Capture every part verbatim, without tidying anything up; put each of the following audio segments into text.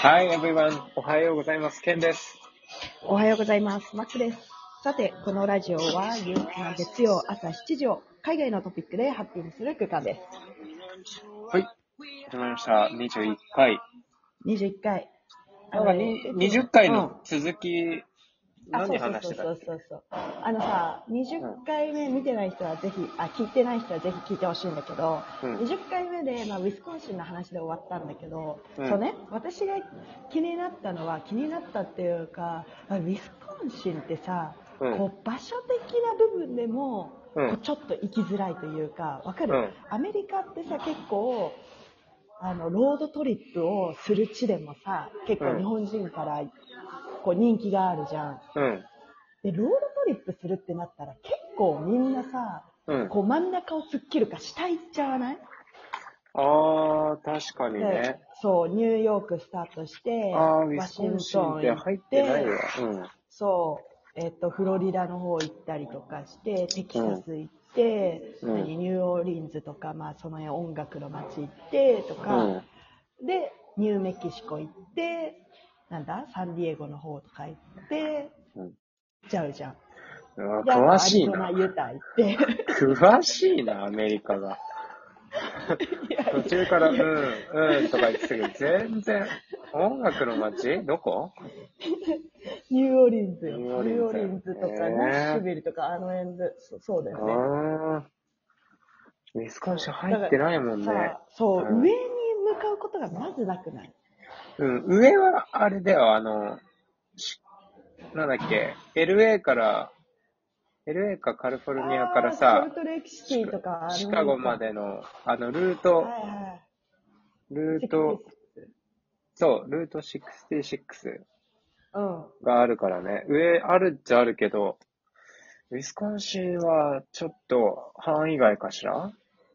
Hi everyone. おはようございます。ケンです。 おはようございます。マックです。さて、このラジオは憂鬱な月曜朝しちじを海外のトピックでハッピーにする空間です。 はい。始まりました。にじゅういっかい。 にじゅういっかい。 なんかににじゅっかいの続き、何話してたっけ？ そうそうそうそうそう。あのさ、にじゅっかいめ見てない人はぜひ、あ、聞いてない人はぜひ聞いてほしいんだけど、うん、にじゅっかいめで、まあ、ウィスコンシンの話で終わったんだけど、うん、そうね、私が気になったのは、気になったっていうか、ウィスコンシンってさ、うん、こう場所的な部分でも、うん、こうちょっと行きづらいというか、わかる、うん、アメリカってさ、結構、あの、ロードトリップをする地でもさ、結構日本人からこう人気があるじゃん。うん。で、ロードトリップするってなったら結構みんなさ、うん、こう真ん中を突っ切るか下行っちゃわない？ あー、確かにね。 そう、ニューヨークスタートして、 あー、ウィスコンシンって入ってないわ。うん。 そう、えっと、フロリダの方行ったりとかして、テキサス行って、うん、何ニューオーリンズとか、まあその辺音楽の街行ってとか、うん、で、ニューメキシコ行って、なんだサンディエゴの方とか行って、うん、ちゃうじゃん。 詳しいな。 アリゾナ、ユタ行って。 詳しいな、アメリカが。途中から、うん、うんとか言ってたけど、全然、音楽の街どこ？ ニューオーリンズよ。ニューオーリンズとか、えー、ナッシュビルとか、あの辺で、そ, そうだよね。 あー。ウィスコンシン入ってないもんね。 そう、うん、上に向かうことがまずなくない？ うん、上はあれだよ、あの、なんだっけ、エルエー から、エルエー かカリフォルニアからさ、 ソルトレイクシティとかシカゴまでの、あの、ルート、はいはい、ルート、そう、ルートろくじゅうろくがあるからね、うん、上あるっちゃあるけど、ウィスコンシンはちょっと範囲外かしら？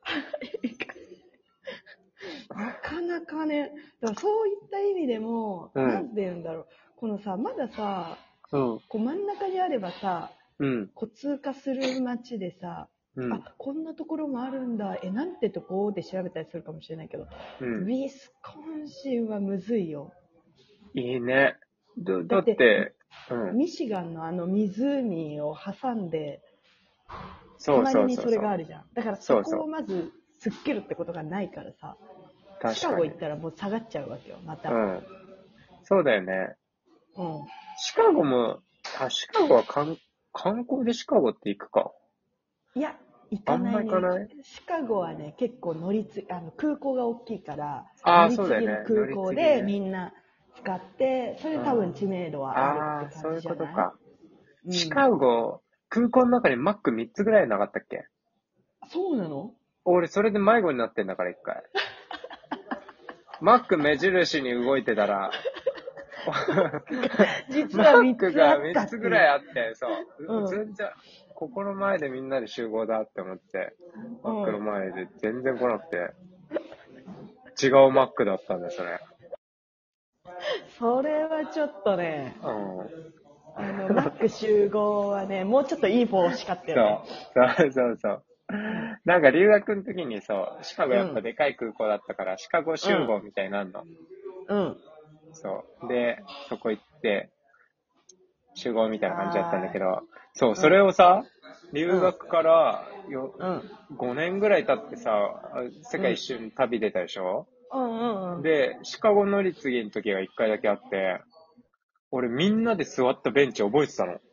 なかなかね、だからそういった意味でも、うん、なんて言うんだろう、このさ、まださ、うん、こう真ん中にあればさ、うん、こう通過する街でさ、うん、あ、こんなところもあるんだ、え、なんてとこで調べたりするかもしれないけど、うん、ウィスコンシンはむずいよ。 いいね。だ, だって、 うん、ミシガンのあの湖を挟んで、隣にそれがあるじゃん。だからそこをまず突っ切るってことがないからさ、シカゴ行ったらもう下がっちゃうわけよ、また。 うん。そうだよね。うん。シカゴも、あ、シカゴは観観光でシカゴって行くか。 いや、行かないね。 あんま行かない？ シカゴはね、結構乗り継ぎ、あの、空港が大きいから、 あ、 乗り継ぎの空港でみんな使って、それ多分知名度はあるって感じじゃない？ああ、そういうことか。 うん、シカゴ、空港の中にマックみっつぐらいなかったっけ？ そうなの？ 俺、それで迷子になってんだから、一回。マック目印に動いてたら、 実はみっつあったって。 マックがみっつぐらいあって、そう。うん、全然、ここの前でみんなで集合だって思って、マックの前で全然来なくて、違うマックだったんだ、それ。 それはちょっとね、うん、あの、マック集合はね、もうちょっといい棒欲しかったよね。 そう、そうそうそう。なんか留学の時にそう、シカゴやっぱでかい空港だったから、うん、シカゴ集合みたいになるの。うん。そう。で、そこ行って、集合みたいな感じだったんだけど、そう、それをさ、留学からよ、うん、ごねんぐらい経ってさ、世界一周旅出たでしょ？うんうんうん、で、シカゴ乗り継ぎの時が一回だけあって、俺みんなで座ったベンチ覚えてたの。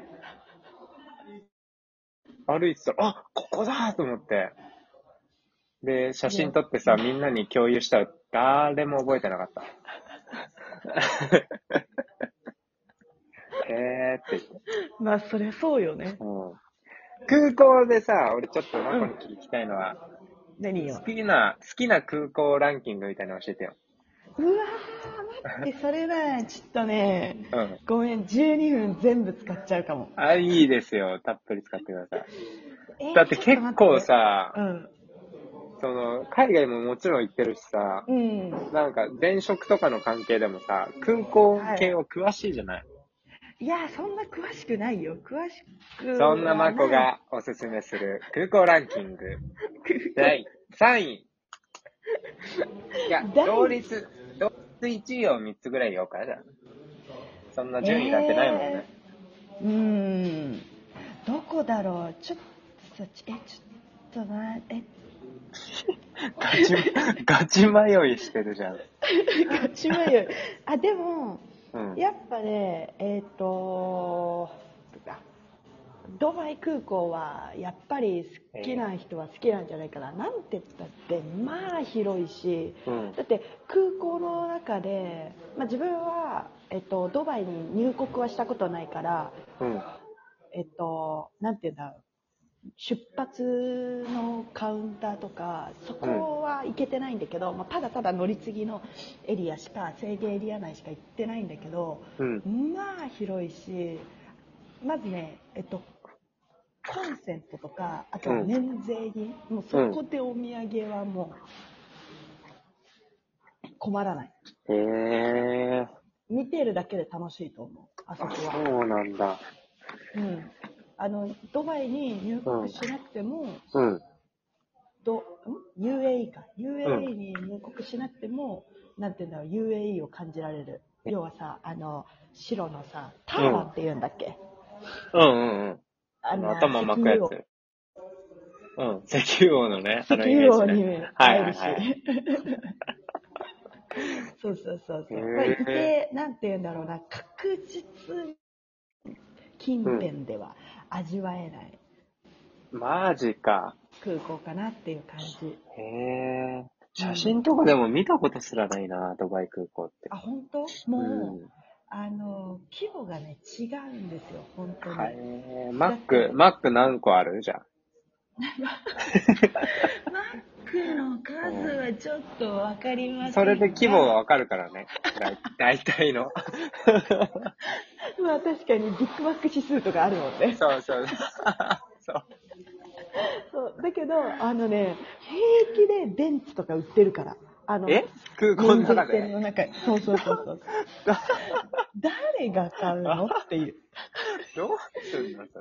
歩いてたら、あ、ここだと思って。で、写真撮ってさ、みんなに共有したら誰も覚えてなかった。えーって言って。 まあ、そりゃそうよね。 うん。空港でさ、俺ちょっとマコに聞きたいのは、 うん、何よ。 好きな、好きな空港ランキングみたいなの教えてよ。 うわー、待って、それね、ちょっとね、うん、ごめん、じゅうにふん全部使っちゃうかも。 あ、いいですよ。たっぷり使ってください。えー、だって結構さ、うん、その、海外ももちろん行ってるしさ、うん、なんか前職とかの関係でもさ、空港系は詳しいじゃない？はい、 いや、そんな詳しくないよ。詳しく。 そんなマコがおすすめする空港ランキング。だいさんい。いや、同率、 ついちをみっつぐらい言おうかじゃあ。そんな順位なんてないもんね。 えー、うーん。どこだろう。ちょっと、え、ちょっとな、え。 ガチ、ガチ迷いしてるじゃん。 ガチ迷い。あ、でも、 うん、 やっぱね、えっ、ー、と、ドバイ空港はやっぱり好きな人は好きなんじゃないかな。なんて言ったってまあ広いし、 うん、 だって空港の中で、まあ、自分は、えっと、ドバイに入国はしたことないから、 うん、 えっと、なんて言うんだろう。出発のカウンターとかそこは行けてないんだけど、うん、まあ、ただただ乗り継ぎのエリアしか制限エリア内しか行ってないんだけど、 うん、 まあ広いし、まずね、えっと、コンセントとか、あとは免税品、うん、もうそこでお土産はもう困らない。 へえ。 見てるだけで楽しいと思う、あそこは。 そうなんだ。 うん。あの、ドバイに入国しなくても、 うん。 ど、ん ユーエーイー か。ユーエーイー に入国しなくても、なんていうんだろう、ユーエーイー を感じられる。要はさ、あの、白のさ、ターバンって言うんだっけ、 うんうんうん。 あんな頭巻くやつ。うん。石油王のね、あ石のイメージね。 油王に会えるし。 はいはいはい、 そうそうそうそう。まあ、 へいて、なんて言うんだろうな、確実近辺では味わえない。 うん、マジか。 空港かなっていう感じ。 へえ。写真とかでも見たことすらないな、ドバイ空港って。 あ、本当？もう、 うん、 あの、規模がね、違うんですよ、本当に。 はい。マック、 だって、 マック何個あるじゃん。 マックの数はちょっとわかりまそれでせんが、 規模がわかるからね。だい大体の。 まあ確かにビッグマック指数とかあるもんね。 そうそう。そう。 そうだけど、あのね、平気でベンツとか売ってるから。あの、 え空港の免税中で店の中に。そうそうそうそう。誰が買うのっていう。 どうすんのそれ。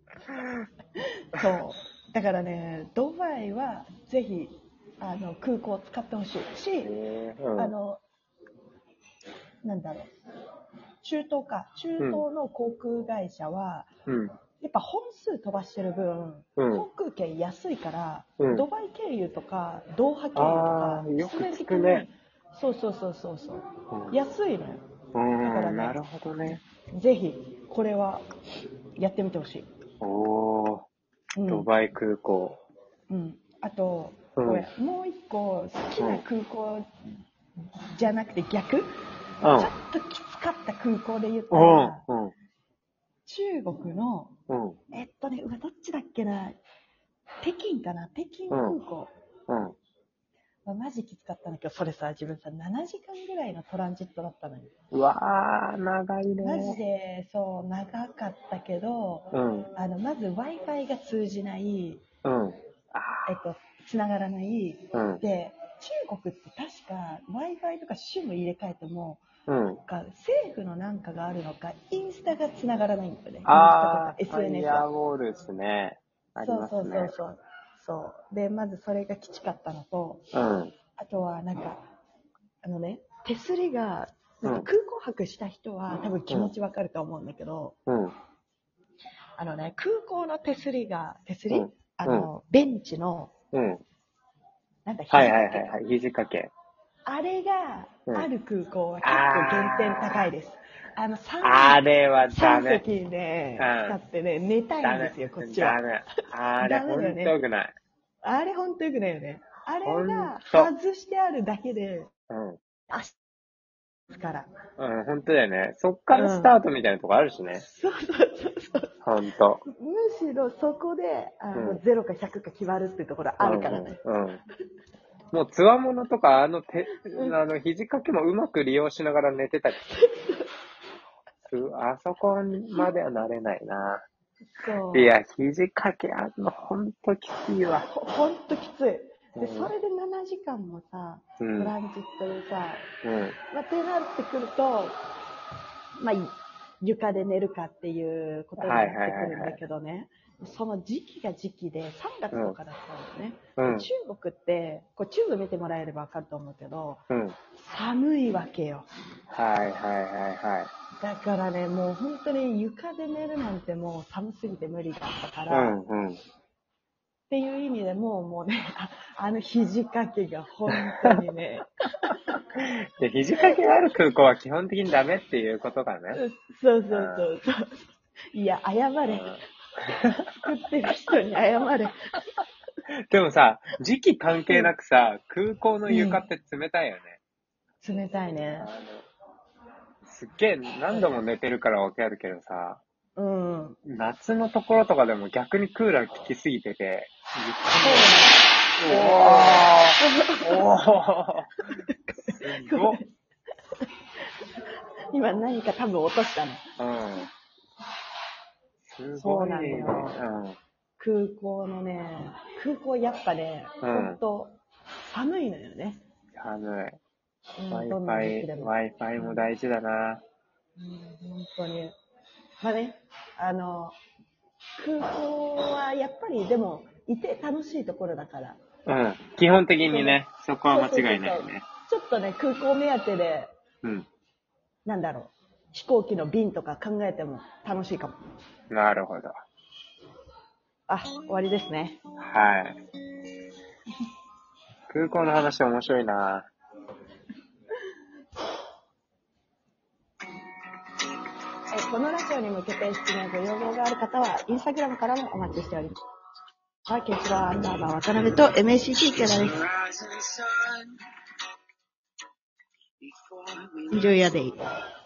そう。だからね、ドバイはぜひ、あの、空港を使ってほしいし、 えー、うん、 あの、なんだろう。中東か。中東の航空会社は、 うん、 やっぱ本数飛ばしてる分、 うん、 航空券安いから、 うん。 ドバイ経由とか、ドーハ経由とか、 ああ、よく必然聞くね。 的に、そうそうそうそうそう、 うん。 安いのよ。 うだからん、なね、 るほどね。 ぜひ、これは、やってみてほしい。 おー、 うん。 ドバイ空港。 うん。あと、 うん、うん、 ごめん、もう一個、好きな空港じゃなくて逆、ちょっときつかった空港で言ったうん、 ら、 うん、 中国の、 うん、 えっとね、うわ、どっちだっけな、北京かな、北京うん、 空港。 うん。 まあ、マジきつかったんだけど、それさ、自分さ、ななじかんぐらいのトランジットだったのよ。 うわー、長いね。 マジで、そう、長かったけど、 うん、 あの、まず Wi-Fi が通じない、 うん、 えっと、繋がらない。 うん、 で、中国って確か Wi-Fi とか SIM 入れ替えても、 うん。 なんか政府のなんかがあるのか、インスタが繋がらないんだよね。インスタとかあー、ファエスエヌエス は。 イヤーウォールですね。ありそうそうそうますね。 そう。そう。で、まずそれがきちかったのと、 うん、 あとはなんか、あのね、手すりが、なんかうん、 空港泊した人は多分気うん、 持ちわかると思うんだけど、 うん、 あのね、空港の手すりが、手すりうん、うん、 あの、ベンチの、 うん。 なんだ、 はい肘掛けか。 はいはいはい。肘掛け。 あれがうん。 ある空港は結構減点高いあです。あの、 ー、あれはダさんメ。 席うね、使ん。 ってね、寝たいダメ。 んですよ、こっちは。 ダメ。あれダメほんとだよね。 良くない。 あれほんとよくないよね。あほんれがと。 外してあるだけで、 うん。 足から。 うん、ほんとだよね。そっかうらスタん。 ートみたいなとこあるしね。 そうそうそうそう。 ほんと。 むしろそこで、あの、 うん。 ゼロかひゃくか決まるっていうところあるからうん、 ね。 うん、うん。もう、つわものとか、あの手、 うん。 あの、肘掛けもうまく利用しながら寝てたりする。すあそこまではなれないな。いそや、肘掛けあんのほんときついわ。 う。ほ、ほんときつい。で、そうれでななじかんもさ、 ん。 トランジットでさ、 うん。 まあ、ってなってくると、まあ、床で寝るかっていうことにはいはいなってくるんだはいはい。 けどね。 その時期が時期でさんがつとかだったのね、 うん、 中国ってこうチューブ見てもらえれば分かると思うけど、 うん、 寒いわけよ。 はいはいはいはい。 だからね、もう本当に床で寝るなんてもう寒すぎて無理だったから、 うんうん、 っていう意味でももうね、あ, あの肘掛けが本当にねで肘掛けがある空港は基本的にダメっていうことかね。 そうそうそうそう。いや、謝れ。作ってる人に謝れ。 でもさ、時期関係なくさ、空港の床って冷たいよね。 うん、冷たいね。 すっげえ何度も寝てるからわかるけどさ、 うん、 夏のところとかでも逆にクーラー効きすぎてて、 そうなの。おーおーすごっ。今何か多分落としたの。 うん。すそごいね。 うなんだよ。 うん、 空港のね、空港やっぱね、 うん、 ほんと寒いのよね。 寒い。 うん、 Wi-Fi、Wi-Fi も大事だな。 うん、本当に。まあね、あの、空港はやっぱりでも、いて楽しいところだから。 うん。基本的にね、そこは間違いないね。 ちょっとね、空港目当てで、 うん。 なんだろう、飛行機の便とか考えても楽しいかも。 なるほど。 あ、終わりですね。 はい。空港の話面白いな。 このラジオに向けて質問ご要望がある方は、インスタグラムからもお待ちしております。ケンチロアンダーバー渡辺と エムエーシーティー キャラです。Enjoy your day.